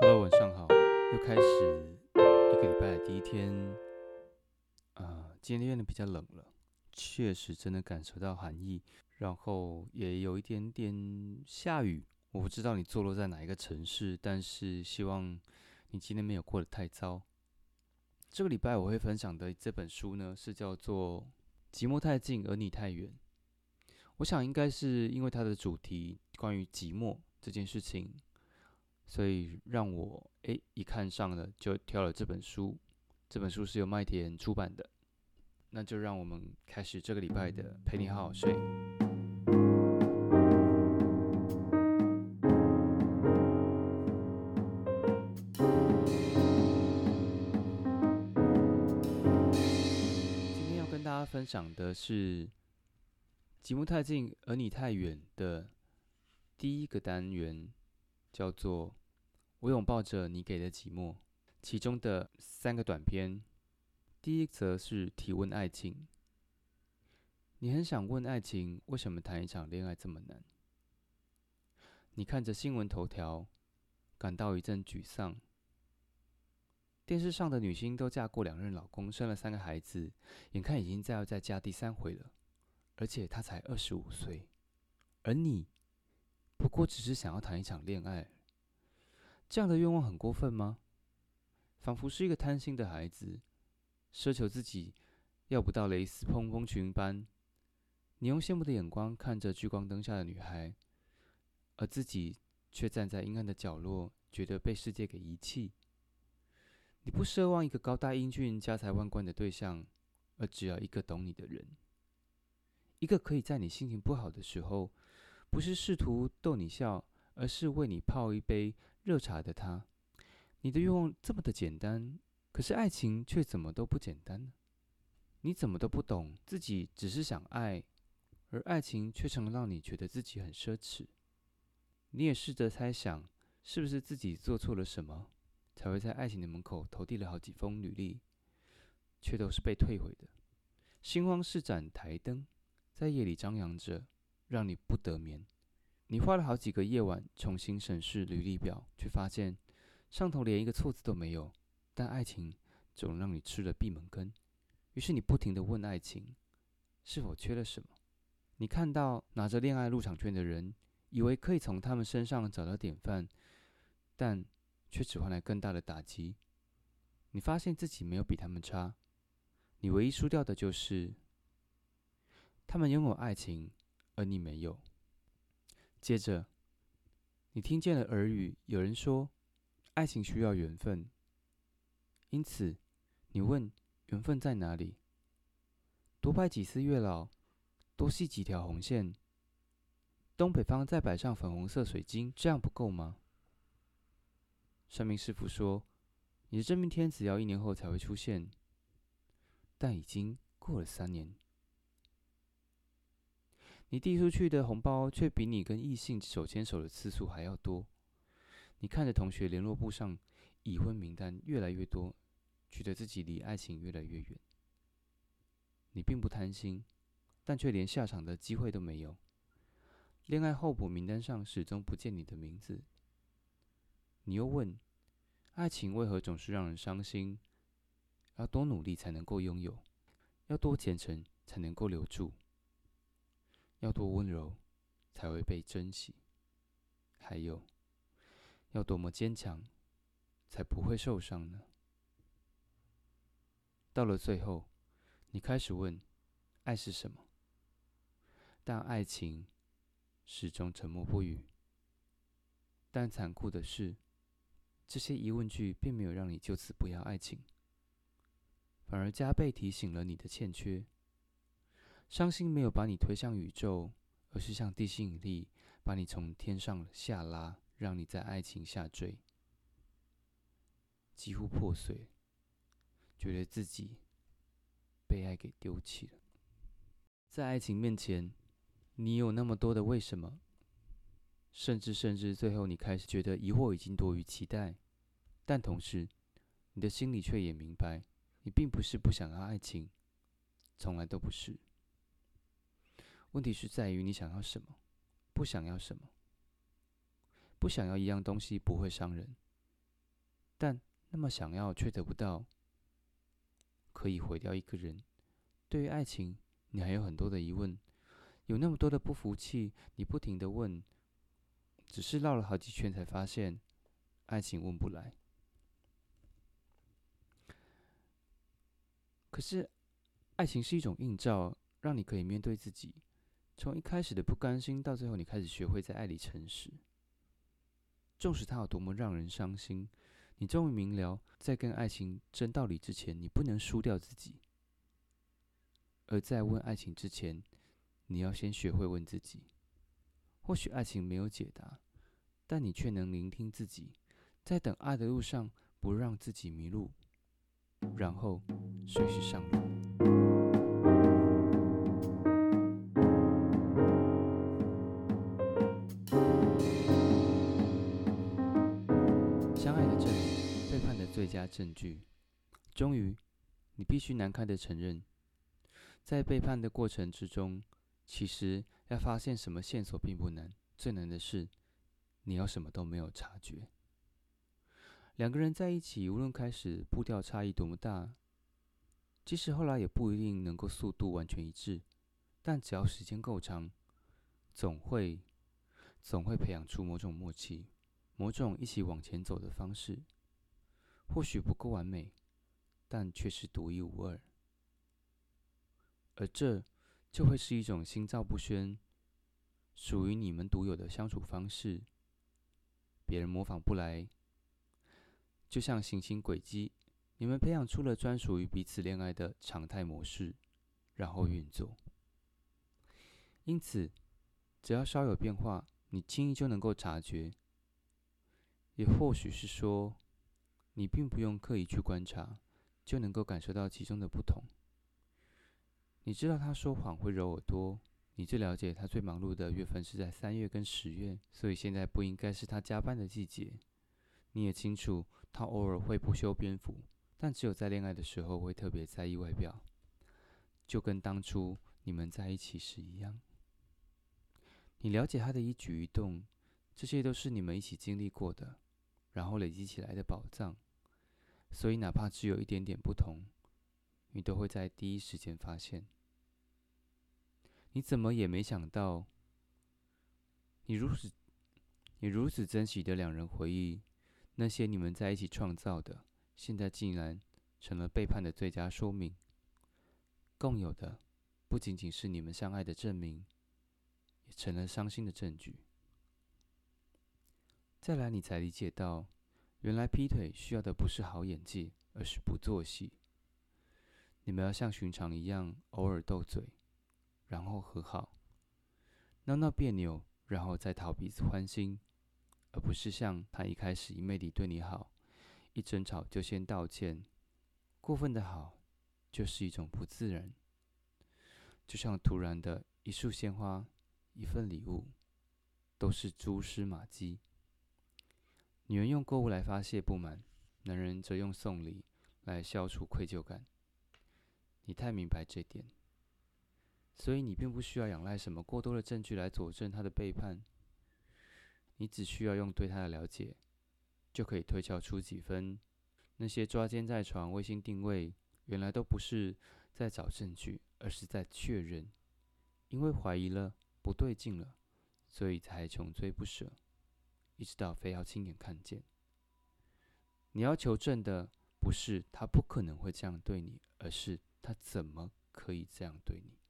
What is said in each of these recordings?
Hello，晚上好，又开始一个礼拜的第一天。今天变得比较冷了，确实真的感受到寒意，然后也有一点点下雨。我不知道你坐落在哪一个城市，但是希望你今天没有过得太糟。这个礼拜我会分享的这本书呢，是叫做《寂寞太近而你太远》。我想应该是因为它的主题关于寂寞这件事情，所以让我一看上了就挑了这本书。这本书是由麦田出版的。那就让我们开始这个礼拜的陪你好好睡。今天要跟大家分享的是《寂寞太近而你太远》的第一个单元，叫做我拥抱着你给的寂寞，其中的3个短篇。第一则是提问爱情。你很想问爱情为什么谈一场恋爱这么难？你看着新闻头条，感到一阵沮丧。电视上的女星都嫁过2任老公，生了3个孩子，眼看已经要再嫁第3回了，而且她才25岁，而你不过只是想要谈一场恋爱，这样的愿望很过分吗？仿佛是一个贪心的孩子，奢求自己要不到蕾丝蓬蓬裙般。你用羡慕的眼光看着聚光灯下的女孩，而自己却站在阴暗的角落，觉得被世界给遗弃。你不奢望一个高大英俊、家财万贯的对象，而只要一个懂你的人，一个可以在你心情不好的时候，不是试图逗你笑，而是为你泡一杯热茶的他。你的愿望这么的简单，可是爱情却怎么都不简单呢？你怎么都不懂，自己只是想爱，而爱情却成了让你觉得自己很奢侈。你也试着猜想，是不是自己做错了什么，才会在爱情的门口投递了好几封履历，却都是被退回的。心慌是盏台灯，在夜里张扬着，让你不得眠。你花了好几个夜晚重新审视履历表，却发现上头连一个错字都没有，但爱情总让你吃了闭门羹。于是你不停地问爱情，是否缺了什么？你看到拿着恋爱入场券的人，以为可以从他们身上找到典范，但却只换来更大的打击。你发现自己没有比他们差，你唯一输掉的就是他们拥有爱情，而你没有。接着，你听见了耳语，有人说爱情需要缘分，因此你问缘分在哪里？多摆几次月老，多系几条红线，东北方再摆上粉红色水晶，这样不够吗？算命师傅说，你的真命天子要1年后才会出现，但已经过了3年。你递出去的红包却比你跟异性手牵手的次数还要多。你看着同学联络簿上已婚名单越来越多，觉得自己离爱情越来越远。你并不贪心，但却连下场的机会都没有。恋爱候补名单上始终不见你的名字。你又问，爱情为何总是让人伤心？要多努力才能够拥有？要多虔诚才能够留住？要多温柔才会被珍惜？还有，要多么坚强才不会受伤呢？到了最后，你开始问，爱是什么？但爱情始终沉默不语。但残酷的是，这些疑问句并没有让你就此不要爱情，反而加倍提醒了你的欠缺。伤心没有把你推向宇宙，而是像地心引力把你从天上下拉，让你在爱情下坠，几乎破碎，觉得自己被爱给丢弃了。在爱情面前，你有那么多的为什么，甚至最后你开始觉得疑惑已经多于期待，但同时你的心里却也明白，你并不是不想要爱情，从来都不是。问题是在于你想要什么，不想要什么。不想要一样东西不会伤人， 但那么想要却得不到，可以毁掉一个人。对于爱情，你还有很多的疑问，有那么多的不服气，你不停的问，只是绕了好几圈才发现，爱情问不来。可是，爱情是一种映照，让你可以面对自己。从一开始的不甘心，到最后你开始学会在爱里诚实。纵使它有多么让人伤心，你终于明了，在跟爱情争道理之前，你不能输掉自己。而在问爱情之前，你要先学会问自己。或许爱情没有解答，但你却能聆听自己，在等爱的路上，不让自己迷路，然后随时上路。相爱的证明，背叛的最佳证据。终于，你必须难堪地承认，在背叛的过程之中，其实要发现什么线索并不难，最难的是你要什么都没有察觉。两个人在一起，无论开始步调差异多么大，即使后来也不一定能够速度完全一致，但只要时间够长，总会培养出某种默契，某种一起往前走的方式。或许不够完美，但却是独一无二。而这就会是一种心照不宣，属于你们独有的相处方式，别人模仿不来。就像行星轨迹，你们培养出了专属于彼此恋爱的常态模式，然后运作。因此，只要稍有变化，你轻易就能够察觉。也或许是说，你并不用刻意去观察，就能够感受到其中的不同。你知道他说谎会揉耳朵，你最了解他最忙碌的月份是在3月跟10月，所以现在不应该是他加班的季节。你也清楚，他偶尔会不修边幅，但只有在恋爱的时候会特别在意外表，就跟当初你们在一起时一样。你了解他的一举一动，这些都是你们一起经历过的，然后累积起来的宝藏。所以哪怕只有一点点不同，你都会在第一时间发现。你怎么也没想到，你如此珍惜的两人回忆，那些你们在一起创造的，现在竟然成了背叛的最佳说明。共有的不仅仅是你们相爱的证明，也成了伤心的证据。再来，你才理解到，原来劈腿需要的不是好演技，而是不做戏。你们要像寻常一样，偶尔斗嘴，然后和好，闹闹别扭，然后再讨彼此欢心，而不是像他一开始一昧地对你好，一争吵就先道歉，过分的好就是一种不自然。就像突然的一束鲜花，一份礼物，都是蛛丝马迹。女人用购物来发泄不满，男人则用送礼来消除愧疚感。你太明白这点，所以你并不需要仰赖什么过多的证据来佐证他的背叛，你只需要用对他的了解，就可以推敲出几分。那些抓奸在床、微信定位，原来都不是在找证据，而是在确认。因为怀疑了，不对劲了，所以才穷追不舍，一直到非要亲眼看见。你要求证的不是他不可能会这样对你，而是他怎么可以这样对你。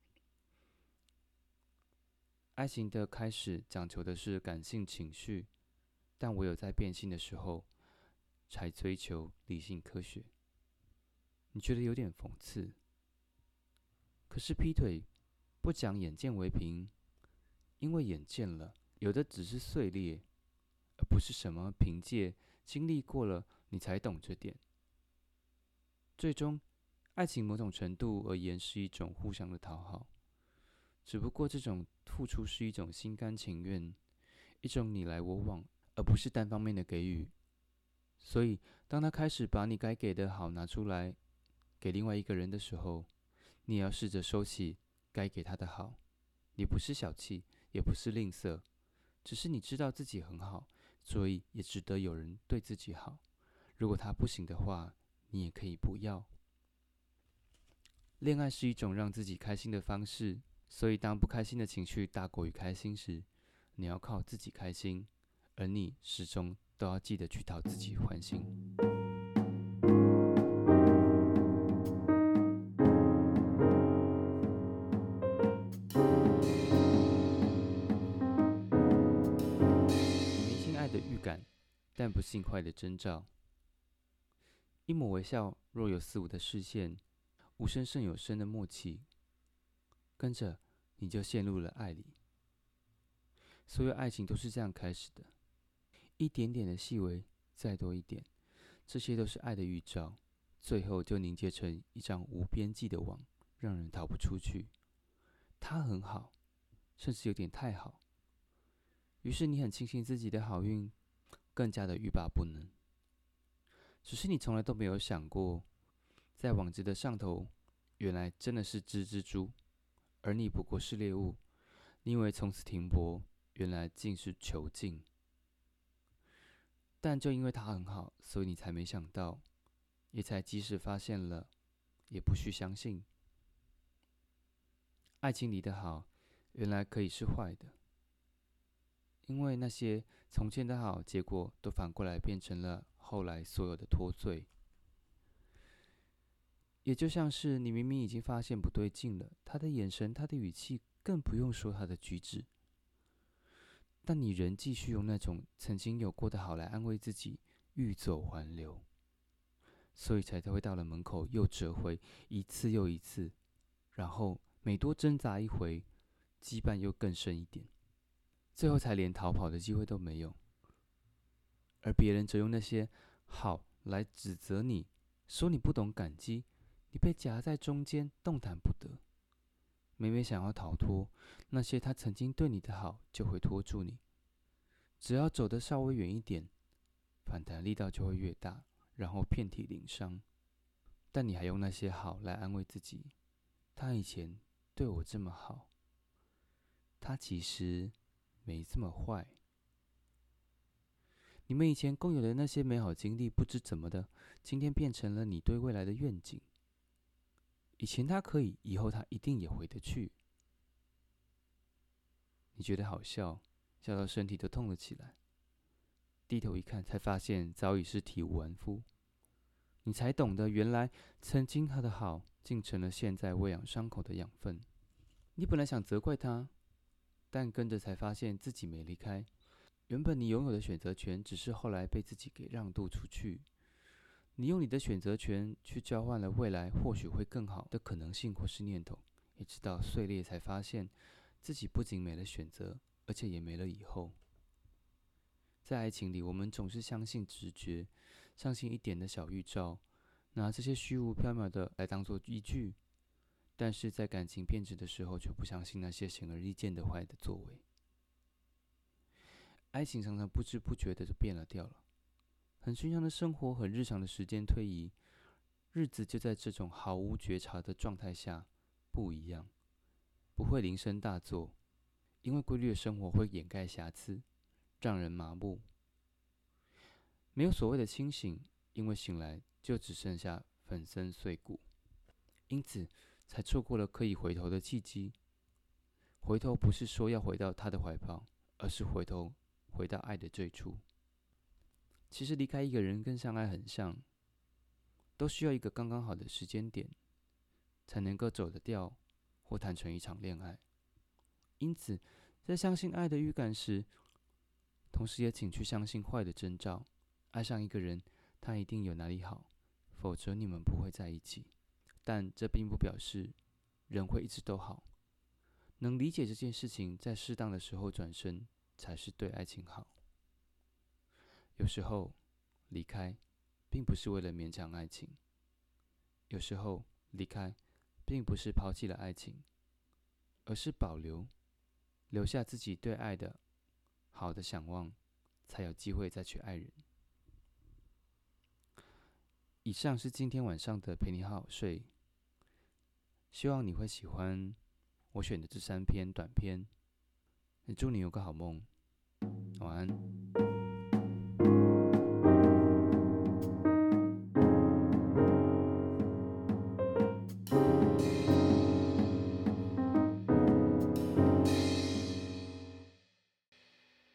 爱情的开始讲求的是感性情绪，但唯有在变心的时候，才追求理性科学。你觉得有点讽刺，可是劈腿不讲眼见为凭，因为眼见了，有的只是碎裂，而不是什么凭借经历过了你才懂这点。最终，爱情某种程度而言是一种互相的讨好，只不过这种付出是一种心甘情愿，一种你来我往，而不是单方面的给予。所以，当他开始把你该给的好拿出来给另外一个人的时候，你也要试着收起该给他的好。你不是小气，也不是吝啬，只是你知道自己很好，所以也值得有人对自己好。 如果他不行的话，你也可以不要。恋爱是一种让自己开心的方式，所以当不开心的情绪大过于开心时，你要靠自己开心，而你始终都要记得去讨自己欢心。迷信爱的预感，但不信坏的征兆。一抹微笑，若有似无的视线，无声胜有声的默契，跟着你就陷入了爱里。所有爱情都是这样开始的，一点点的细微，再多一点，这些都是爱的预兆，最后就凝结成一张无边际的网，让人逃不出去。它很好，甚至有点太好，于是你很庆幸自己的好运更加的欲罢不能。只是你从来都没有想过，在网子的上头，原来真的是只蜘蛛，而你不过是猎物。你以为从此停泊，原来竟是囚禁。但就因为它很好，所以你才没想到，也才即使发现了，也不需相信。爱情里的好，原来可以是坏的，因为那些从前的好，结果都反过来变成了后来所有的脱罪。也就像是你明明已经发现不对劲了，他的眼神，他的语气，更不用说他的举止，但你仍继续用那种曾经有过的好来安慰自己，欲走还留，所以才会到了门口又折回一次又一次，然后每多挣扎一回，羁绊又更深一点，最后才连逃跑的机会都没有。而别人则用那些好来指责你，说你不懂感激，你被夹在中间，动弹不得。每每想要逃脱，那些他曾经对你的好就会拖住你，只要走得稍微远一点，反弹力道就会越大，然后遍体鳞伤。但你还用那些好来安慰自己，他以前对我这么好，他其实没这么坏。你们以前共有的那些美好经历，不知怎么的，今天变成了你对未来的愿景。以前他可以，以后他一定也回得去。你觉得好笑，笑到身体都痛了起来。低头一看，才发现早已是体无完肤。你才懂得，原来曾经他的好，竟成了现在喂养伤口的养分。你本来想责怪他，但跟着才发现自己没离开。原本你拥有的选择权，只是后来被自己给让渡出去。你用你的选择权去交换了未来或许会更好的可能性或是念头，一直到碎裂才发现，自己不仅没了选择，而且也没了以后。在爱情里，我们总是相信直觉，相信一点的小预兆，拿这些虚无缥缈的来当作依据，但是在感情变质的时候，却不相信那些显而易见的坏的作为。爱情常常不知不觉的就变了调了，很寻常的生活，很日常的时间推移，日子就在这种毫无觉察的状态下不一样，不会铃声大作，因为规律的生活会掩盖瑕疵，让人麻木。没有所谓的清醒，因为醒来就只剩下粉身碎骨，因此才错过了可以回头的契机。回头不是说要回到他的怀抱，而是回到爱的最初。其实离开一个人跟相爱很像，都需要一个刚刚好的时间点，才能够走得掉或谈成一场恋爱。因此，在相信爱的预感时，同时也请去相信坏的征兆。爱上一个人，他一定有哪里好，否则你们不会在一起。但这并不表示人会一直都好。能理解这件事情，在适当的时候转身，才是对爱情好。有时候离开，并不是为了勉强爱情；有时候离开，并不是抛弃了爱情，而是保留，留下自己对爱的好的想望，才有机会再去爱人。以上是今天晚上的陪你好好睡，希望你会喜欢我选的这3篇短篇。祝你有个好梦，晚安。